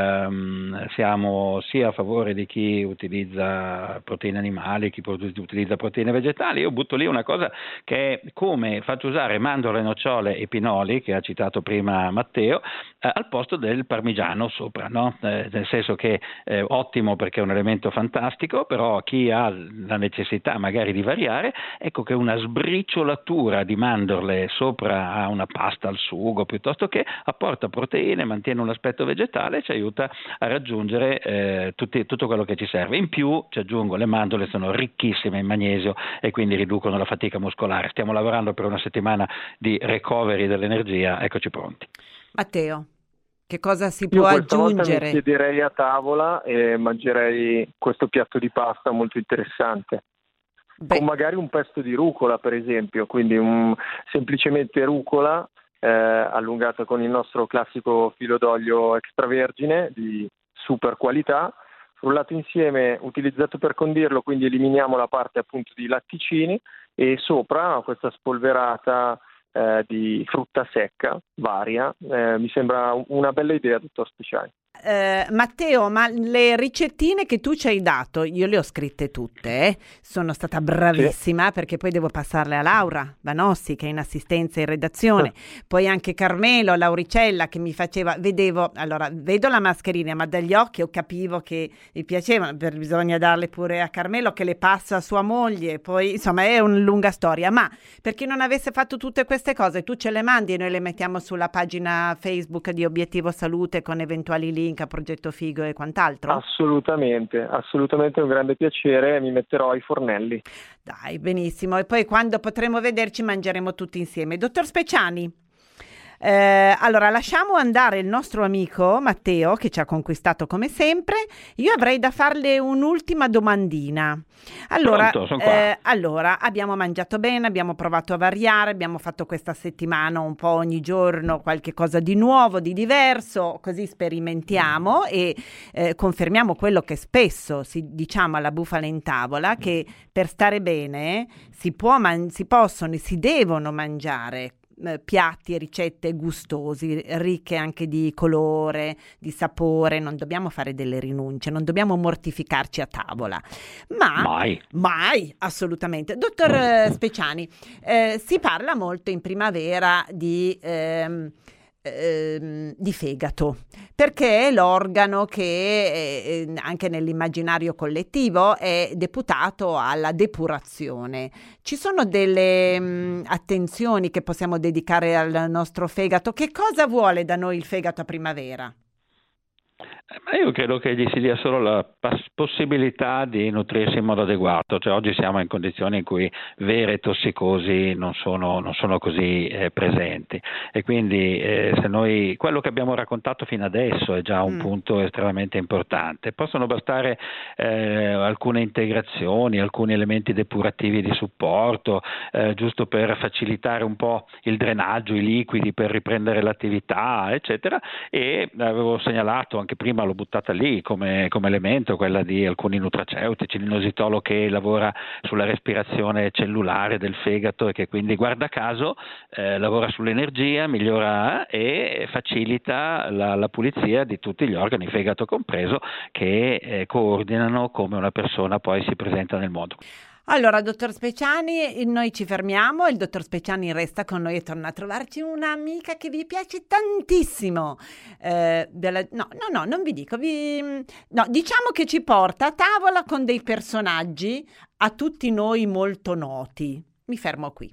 Speaker 4: Ehm, siamo sia a favore di chi utilizza proteine animali, chi utilizza proteine vegetali. Io butto lì una cosa che è come faccio usare mandorle, nocciole e pinoli, che ha citato prima Matteo, eh, al posto del parmigiano sopra, no? Eh, nel senso che è ottimo perché è un elemento fantastico, però chi ha la necessità magari di variare, ecco che una sbriciola di mandorle sopra a una pasta al sugo piuttosto che apporta proteine, mantiene un aspetto vegetale e ci aiuta a raggiungere eh, tutti, tutto quello che ci serve. In più ci aggiungo, le mandorle sono ricchissime in magnesio e quindi riducono la fatica muscolare. Stiamo lavorando per una settimana di recovery dell'energia, eccoci pronti.
Speaker 2: Matteo, che cosa si
Speaker 5: Io
Speaker 2: può
Speaker 5: questa volta
Speaker 2: aggiungere?
Speaker 5: mi siederei a tavola e mangerei questo piatto di pasta molto interessante.
Speaker 2: Beh,
Speaker 5: Con magari un pesto di rucola, per esempio, quindi un, semplicemente rucola eh, allungata con il nostro classico filo d'olio extravergine di super qualità, frullato insieme, utilizzato per condirlo, quindi eliminiamo la parte appunto di latticini e sopra questa spolverata eh, di frutta secca varia. Eh, mi sembra una bella idea, dottor Speciani.
Speaker 2: Eh, Matteo, ma le ricettine che tu ci hai dato, io le ho scritte tutte, eh? Sono stata bravissima, sì, perché poi devo passarle a Laura Vanossi che è in assistenza in redazione, poi anche Carmelo Lauricella che mi faceva, vedevo, allora vedo la mascherina ma dagli occhi io capivo che gli piacevano, per, bisogna darle pure a Carmelo che le passa a sua moglie, poi insomma è una lunga storia, ma per chi non avesse fatto tutte queste cose tu ce le mandi e noi le mettiamo sulla pagina Facebook di Obiettivo Salute con eventuali link a Progetto Figo e quant'altro?
Speaker 5: Assolutamente, assolutamente un grande piacere, mi metterò ai fornelli.
Speaker 2: Dai, benissimo, e poi quando potremo vederci mangeremo tutti insieme. Dottor Speciani, eh, allora lasciamo andare il nostro amico Matteo che ci ha conquistato come sempre. Io avrei da farle un'ultima domandina. Allora,
Speaker 4: Pronto, sono qua.
Speaker 2: eh, allora abbiamo mangiato bene, abbiamo provato a variare, abbiamo fatto questa settimana un po' ogni giorno qualche cosa di nuovo, di diverso, così sperimentiamo e eh, confermiamo quello che spesso si, diciamo alla bufala in tavola, che per stare bene si può man- si possono e si devono mangiare piatti e ricette gustosi, ricche anche di colore, di sapore, non dobbiamo fare delle rinunce, non dobbiamo mortificarci a tavola, ma
Speaker 4: Mai.
Speaker 2: mai assolutamente. Dottor eh, Speciani, eh, si parla molto in primavera di ehm, ehm, di fegato, perché è l'organo che eh, anche nell'immaginario collettivo è deputato alla depurazione. Ci sono delle mh, attenzioni che possiamo dedicare al nostro fegato? Che cosa vuole da noi il fegato a primavera?
Speaker 4: Ma io credo che gli si dia solo la pass- possibilità di nutrirsi in modo adeguato, cioè oggi siamo in condizioni in cui vere tossicosi non sono, non sono così eh, presenti e quindi eh, se noi quello che abbiamo raccontato fino adesso è già un mm. punto estremamente importante. Possono bastare eh, alcune integrazioni, alcuni elementi depurativi di supporto, eh, giusto per facilitare un po' il drenaggio, i liquidi per riprendere l'attività, eccetera, e avevo segnalato anche prima, l'ho buttata lì come, come elemento, quella di alcuni nutraceutici, l'inositolo che lavora sulla respirazione cellulare del fegato e che quindi guarda caso eh, lavora sull'energia, migliora e facilita la, la pulizia di tutti gli organi, fegato compreso, che eh, coordinano come una persona poi si presenta nel mondo.
Speaker 2: Allora, dottor Speciani, noi ci fermiamo, il dottor Speciani resta con noi e torna a trovarci un'amica che vi piace tantissimo. Eh, della, no, no, no, non vi dico, vi, no, diciamo che ci porta a tavola con dei personaggi a tutti noi molto noti. Mi fermo qui.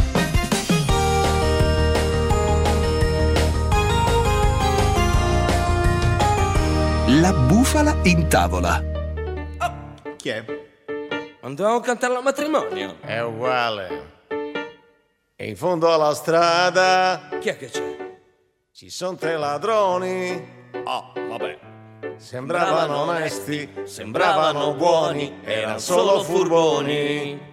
Speaker 1: La bufala in tavola.
Speaker 6: Oh, chi è? Andiamo a cantare al matrimonio.
Speaker 7: È uguale. E in fondo alla strada
Speaker 6: Chi è che c'è?
Speaker 7: ci sono tre ladroni.
Speaker 6: Oh, vabbè.
Speaker 7: Sembravano onesti,
Speaker 6: sembravano buoni, erano solo furboni.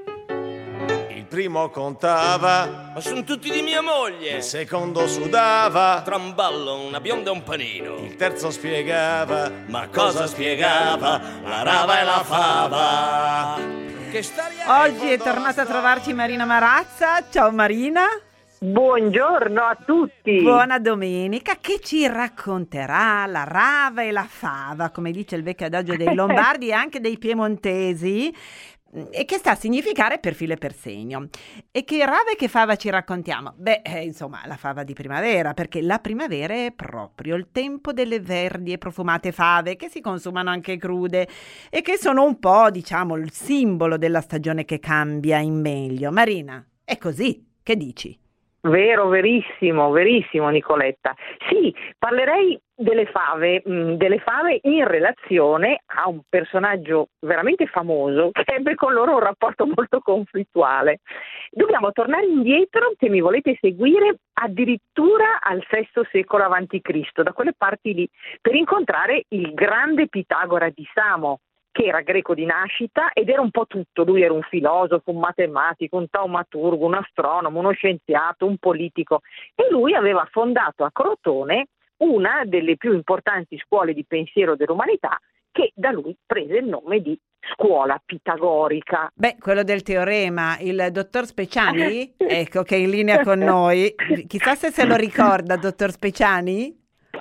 Speaker 7: Il primo contava,
Speaker 6: Ma sono tutti di mia moglie.
Speaker 7: il secondo sudava,
Speaker 6: Tra un ballo, una bionda e un panino.
Speaker 7: il terzo spiegava.
Speaker 6: Ma cosa spiegava la rava e la fava? Che storia è?
Speaker 2: Oggi è tornata a trovarci Marina Marazza. Ciao Marina.
Speaker 8: Buongiorno a tutti.
Speaker 2: Buona domenica, che ci racconterà la rava e la fava, come dice il vecchio adagio dei lombardi e anche dei piemontesi, e che sta a significare per filo e per segno. E che rava e che fava ci raccontiamo? Beh, eh, insomma, la fava di primavera, perché la primavera è proprio il tempo delle verdi e profumate fave, che si consumano anche crude e che sono un po', diciamo, il simbolo della stagione che cambia in meglio. Marina, è così, che dici?
Speaker 8: Vero, verissimo, verissimo Nicoletta. Sì, parlerei delle fave, mh, delle fave in relazione a un personaggio veramente famoso che ebbe con loro un rapporto molto conflittuale. Dobbiamo tornare indietro, se mi volete seguire, addirittura al sesto secolo avanti Cristo, da quelle parti lì, per incontrare il grande Pitagora di Samo, che era greco di nascita ed era un po' tutto. Lui era un filosofo, un matematico, un taumaturgo, un astronomo, uno scienziato, un politico, e lui aveva fondato a Crotone una delle più importanti scuole di pensiero dell'umanità, che da lui prese il nome di scuola pitagorica.
Speaker 2: Beh, quello del teorema, il dottor Speciani, ecco, che è in linea con noi, chissà se se lo ricorda, dottor Speciani?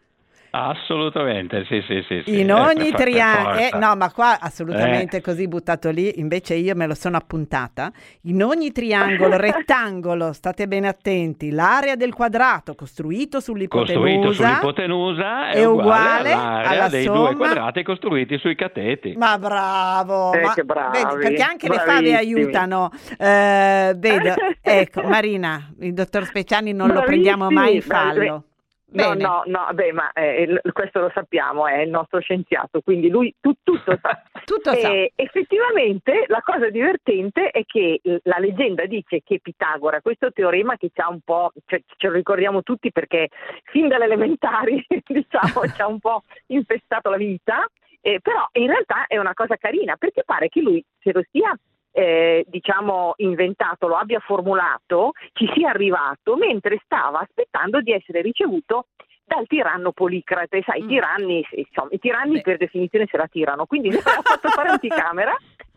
Speaker 4: Assolutamente, sì, sì, sì. sì.
Speaker 2: In
Speaker 4: Eh,
Speaker 2: ogni
Speaker 4: per- per
Speaker 2: triangolo,
Speaker 4: forza.
Speaker 2: no, ma qua assolutamente
Speaker 4: Eh.
Speaker 2: così buttato lì, invece io me lo sono appuntata. In ogni triangolo, rettangolo, state bene attenti, l'area del quadrato costruito sull'ipotenusa,
Speaker 4: Costruito sull'ipotenusa è,
Speaker 2: è uguale
Speaker 4: all'area
Speaker 2: alla
Speaker 4: dei
Speaker 2: somma-
Speaker 4: due quadrati costruiti sui cateti.
Speaker 2: Ma bravo,
Speaker 8: Eh,
Speaker 2: ma-
Speaker 8: che bravi,
Speaker 2: vedi, perché anche le fave
Speaker 8: bravissimi.
Speaker 2: aiutano. Eh, vedo, ecco, Marina, il dottor Speciani non lo prendiamo mai in
Speaker 8: Bravissimi, bravi.
Speaker 2: fallo.
Speaker 8: No,
Speaker 2: Bene.
Speaker 8: no, no, beh, ma eh, l- questo lo sappiamo, è il nostro scienziato, quindi lui tu- tutto sa.
Speaker 2: Tutto sa.
Speaker 8: E effettivamente la cosa divertente è che eh, la leggenda dice che Pitagora, questo teorema che c'ha un po', cioè, ce lo ricordiamo tutti perché fin dalle elementari diciamo ci ha un po' infestato la vita, eh, però in realtà è una cosa carina, perché pare che lui se lo sia Eh, diciamo inventato, lo abbia formulato, ci sia arrivato mentre stava aspettando di essere ricevuto dal tiranno Policrate. Sai, i
Speaker 2: Mm.
Speaker 8: tiranni, insomma, i tiranni
Speaker 2: Beh.
Speaker 8: per definizione se la tirano, quindi gli aveva fatto fare anticamera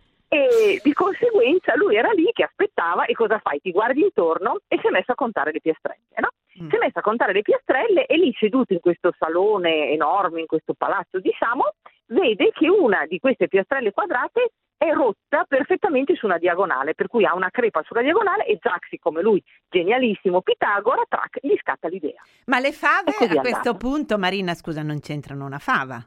Speaker 8: e di conseguenza lui era lì che aspettava. E cosa fai? Ti guardi intorno e si è messo a contare le piastrelle, no?
Speaker 2: Mm.
Speaker 8: Si è messo a contare le piastrelle e lì seduto in questo salone enorme, in questo palazzo di Samo, vede che una di queste piastrelle quadrate è rotta perfettamente su una diagonale, per cui ha una crepa sulla diagonale e zac, siccome lui, genialissimo Pitagora, trac, gli scatta l'idea.
Speaker 2: Ma le fave
Speaker 8: E così
Speaker 2: a
Speaker 8: è
Speaker 2: questo
Speaker 8: andata.
Speaker 2: punto, Marina, scusa, non c'entrano una fava?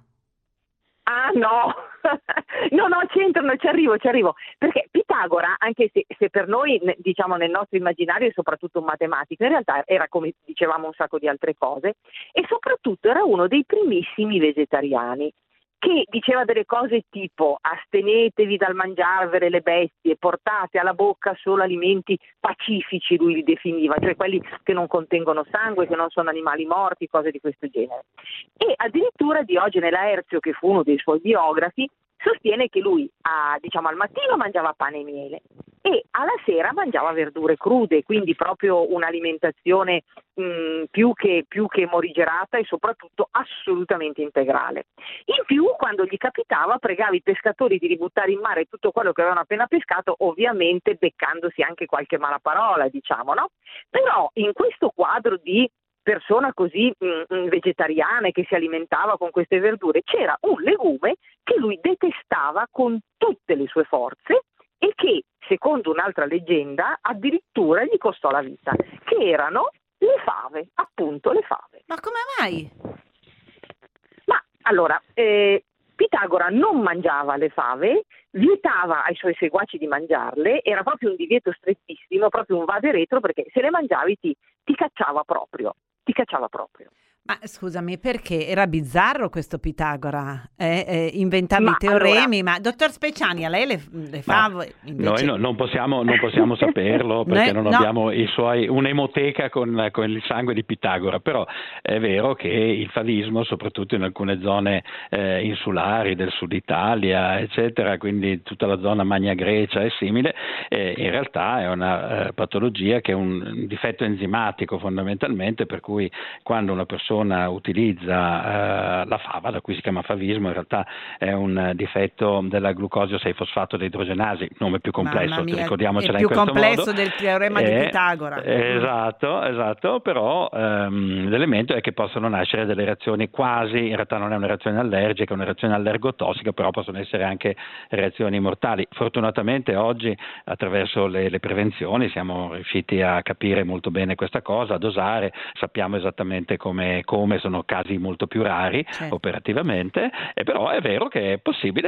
Speaker 8: Ah no, no, no, c'entrano, ci arrivo, ci arrivo, perché Pitagora, anche se, se per noi, ne- diciamo nel nostro immaginario è soprattutto un matematico, in realtà era, come dicevamo, un sacco di altre cose, e soprattutto era uno dei primissimi vegetariani, che diceva delle cose tipo: astenetevi dal mangiarvele le bestie, portate alla bocca solo alimenti pacifici, lui li definiva, cioè quelli che non contengono sangue, che non sono animali morti, cose di questo genere. E addirittura Diogene Laerzio, che fu uno dei suoi biografi, sostiene che lui a, diciamo, al mattino mangiava pane e miele e alla sera mangiava verdure crude, quindi proprio un'alimentazione mh, più che, più che morigerata e soprattutto assolutamente integrale. In più, quando gli capitava, pregava i pescatori di ributtare in mare tutto quello che avevano appena pescato, ovviamente beccandosi anche qualche mala parola, diciamo, no? Però in questo quadro di persona così mh, vegetariana e che si alimentava con queste verdure, c'era un legume che lui detestava con tutte le sue forze e che, secondo un'altra leggenda, addirittura gli costò la vita, che erano le fave, appunto le fave.
Speaker 2: Ma come mai?
Speaker 8: Ma allora, eh, Pitagora non mangiava le fave, vietava ai suoi seguaci di mangiarle, era proprio un divieto strettissimo, proprio un vade retro, perché se le mangiavi ti, ti cacciava proprio, ti cacciava proprio.
Speaker 2: Ma scusami, perché era bizzarro questo Pitagora? Eh, eh, inventava
Speaker 8: Ma
Speaker 2: i teoremi,
Speaker 8: allora-
Speaker 2: ma dottor Speciani, a lei le, le fave invece...
Speaker 4: Noi no- non possiamo, non possiamo saperlo perché
Speaker 2: Noi-
Speaker 4: non
Speaker 2: no.
Speaker 4: abbiamo i suoi, un'emoteca con, con il sangue di Pitagora, però è vero che il favismo, soprattutto in alcune zone eh, insulari del sud Italia, eccetera, quindi tutta la zona Magna Grecia e simile, eh, in realtà è una eh, patologia che è un difetto enzimatico fondamentalmente, per cui quando una persona utilizza eh, la fava, da cui si chiama favismo, in realtà è un difetto della glucosio sei fosfato deidrogenasi, nome più complesso,
Speaker 2: Mamma mia,
Speaker 4: ricordiamocela
Speaker 2: è
Speaker 4: in
Speaker 2: più
Speaker 4: questo
Speaker 2: complesso
Speaker 4: modo.
Speaker 2: del teorema di
Speaker 4: Eh,
Speaker 2: Pitagora.
Speaker 4: Esatto, esatto, però ehm, l'elemento è che possono nascere delle reazioni quasi, in realtà non è una reazione allergica, è una reazione allergotossica, però possono essere anche reazioni mortali. Fortunatamente oggi attraverso le, le prevenzioni siamo riusciti a capire molto bene questa cosa, a dosare, sappiamo esattamente come come sono casi molto più rari
Speaker 2: Certo.
Speaker 4: operativamente, e però è vero che è possibile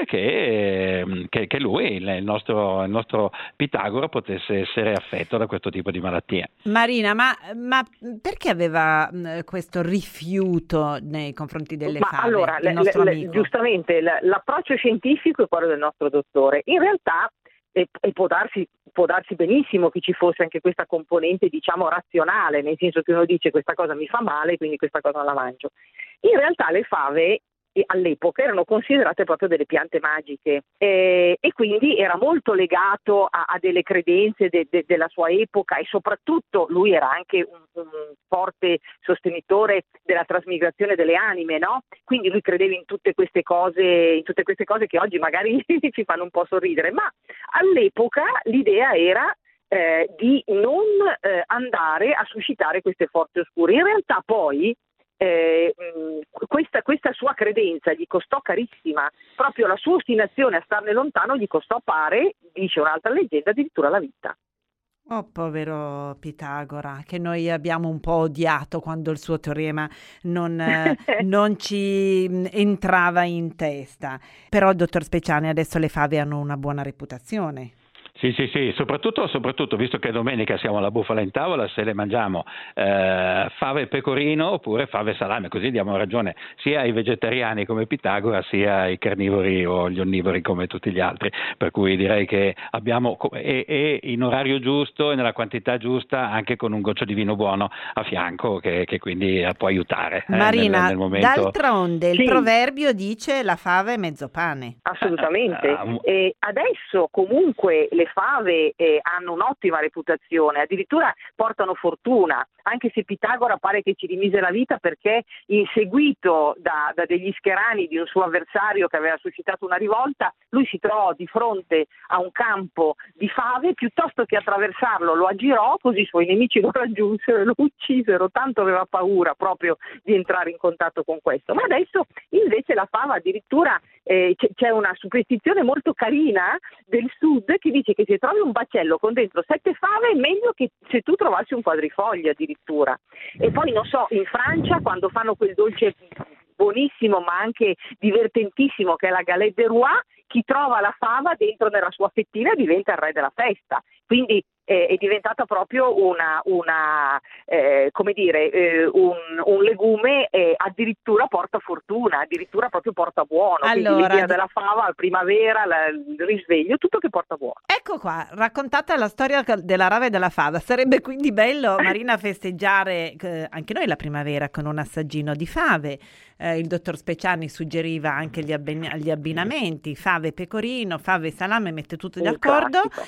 Speaker 4: che, che, che lui, il il nostro, il nostro Pitagora, potesse essere affetto da questo tipo di malattia.
Speaker 2: Marina, ma, ma perché aveva mh, questo rifiuto nei confronti delle
Speaker 8: Ma
Speaker 2: fave,
Speaker 8: allora,
Speaker 2: il
Speaker 8: le-
Speaker 2: nostro
Speaker 8: le-
Speaker 2: amico?
Speaker 8: giustamente l- l'approccio scientifico è quello del nostro dottore. In realtà, e, e può darsi, può darsi benissimo che ci fosse anche questa componente, diciamo, razionale, nel senso che uno dice questa cosa mi fa male, quindi questa cosa non la mangio. In realtà le fave eh, all'epoca erano considerate proprio delle piante magiche eh, e quindi era molto legato a, a delle credenze de, de, della sua epoca, e soprattutto lui era anche un, un forte sostenitore della trasmigrazione delle anime, no? Quindi lui credeva in tutte queste cose, in tutte queste cose che oggi magari ci fanno un po' sorridere, ma all'epoca l'idea era eh, di non eh, andare a suscitare queste forze oscure. In realtà poi Eh, mh, questa, questa sua credenza gli costò carissima, proprio la sua ostinazione a starne lontano gli costò, pare, dice un'altra leggenda, addirittura la vita.
Speaker 2: Oh, povero Pitagora, che noi abbiamo un po' odiato quando il suo teorema non, eh, non ci mh, entrava in testa. Però, dottor Speciani, adesso le fave hanno una buona reputazione.
Speaker 4: Sì, sì, sì, soprattutto, soprattutto visto che domenica siamo alla bufala in tavola, se le mangiamo eh, fave e pecorino oppure fave e salame, così diamo ragione sia ai vegetariani come Pitagora sia ai carnivori o agli onnivori come tutti gli altri, per cui direi che abbiamo, e, e in orario giusto e nella quantità giusta, anche con un goccio di vino buono a fianco che, che quindi può aiutare. eh,
Speaker 2: Marina,
Speaker 4: nel, nel momento...
Speaker 2: d'altronde il
Speaker 8: Sì.
Speaker 2: proverbio dice la fava è mezzo pane.
Speaker 8: Assolutamente.
Speaker 4: Ah, ah,
Speaker 8: E adesso comunque le fave eh, hanno un'ottima reputazione, addirittura portano fortuna, anche se Pitagora pare che ci rimise la vita perché, inseguito da, da degli scherani di un suo avversario che aveva suscitato una rivolta, lui si trovò di fronte a un campo di fave, piuttosto che attraversarlo lo aggirò, così i suoi nemici lo raggiunsero e lo uccisero, tanto aveva paura proprio di entrare in contatto con questo. Ma adesso invece la fava addirittura eh, c- c'è una superstizione molto carina del sud che dice che se trovi un baccello con dentro sette fave è meglio che se tu trovassi un quadrifoglio addirittura. E poi non so, in Francia quando fanno quel dolce buonissimo ma anche divertentissimo che è la galette de roi, chi trova la fava dentro nella sua fettina diventa il re della festa, quindi eh, è diventata proprio una, una eh, come dire, eh, un, un legume e addirittura porta fortuna, addirittura proprio porta buono, quindi
Speaker 2: Allora,
Speaker 8: l'idea
Speaker 2: di-
Speaker 8: della fava, la primavera, la- il risveglio, tutto che porta buono.
Speaker 2: Ecco qua, raccontata la storia della rave e della fava. Sarebbe quindi bello, Marina, festeggiare eh, anche noi la primavera con un assaggino di fave. Eh, il dottor Speciani suggeriva anche gli, abbin- gli abbinamenti, fave pecorino, fave salame, mette tutti
Speaker 8: Un
Speaker 2: d'accordo.
Speaker 8: classico.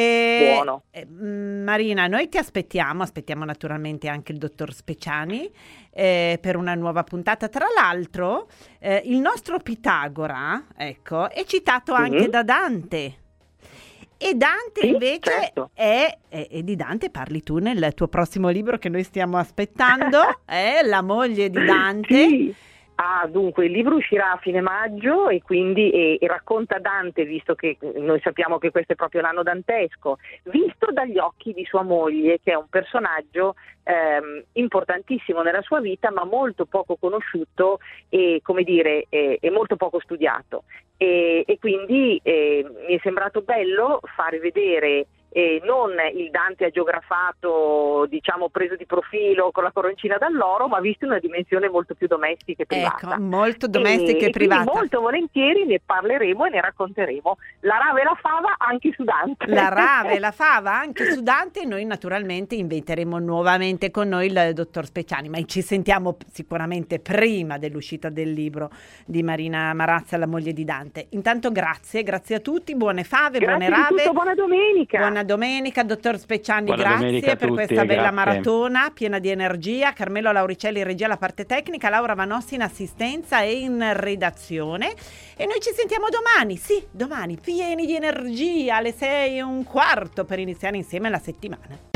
Speaker 2: E,
Speaker 8: Buono.
Speaker 2: eh, mh, Marina, noi ti aspettiamo, aspettiamo naturalmente anche il dottor Speciani eh, per una nuova puntata. Tra l'altro, eh, il nostro Pitagora, ecco, è citato anche
Speaker 8: Mhm.
Speaker 2: da Dante. E Dante
Speaker 8: Sì,
Speaker 2: invece
Speaker 8: certo.
Speaker 2: è, è- e di Dante parli tu nel tuo prossimo libro che noi stiamo aspettando, è La moglie di Dante.
Speaker 8: Sì. Ah, dunque il libro uscirà a fine maggio e quindi e, e racconta Dante, visto che noi sappiamo che questo è proprio l'anno dantesco, visto dagli occhi di sua moglie, che è un personaggio ehm, importantissimo nella sua vita, ma molto poco conosciuto e, come dire, e, e molto poco studiato. E, e quindi eh, mi è sembrato bello fare vedere e non il Dante agiografato, diciamo preso di profilo con la coroncina d'alloro, ma visto in una dimensione molto più domestica e privata.
Speaker 2: Ecco, molto domestica e, e privata.
Speaker 8: Quindi molto volentieri ne parleremo e ne racconteremo. La rave e la fava anche su Dante.
Speaker 2: La rave e la fava anche su Dante, e noi naturalmente inviteremo nuovamente con noi il dottor Speciani, ma ci sentiamo sicuramente prima dell'uscita del libro di Marina Marazza, la moglie di Dante. Intanto grazie, grazie a tutti, buone fave,
Speaker 8: grazie
Speaker 2: buone rave.
Speaker 8: Tutto, buona domenica.
Speaker 2: Buona domenica, dottor Speciani,
Speaker 4: Buona
Speaker 2: grazie per
Speaker 4: tutti,
Speaker 2: questa bella
Speaker 4: grazie.
Speaker 2: maratona piena di energia. Carmelo Lauricelli in regia, la parte tecnica, Laura Vanossi in assistenza e in redazione. E noi ci sentiamo domani, sì, domani, pieni di energia alle sei e un quarto per iniziare insieme la settimana.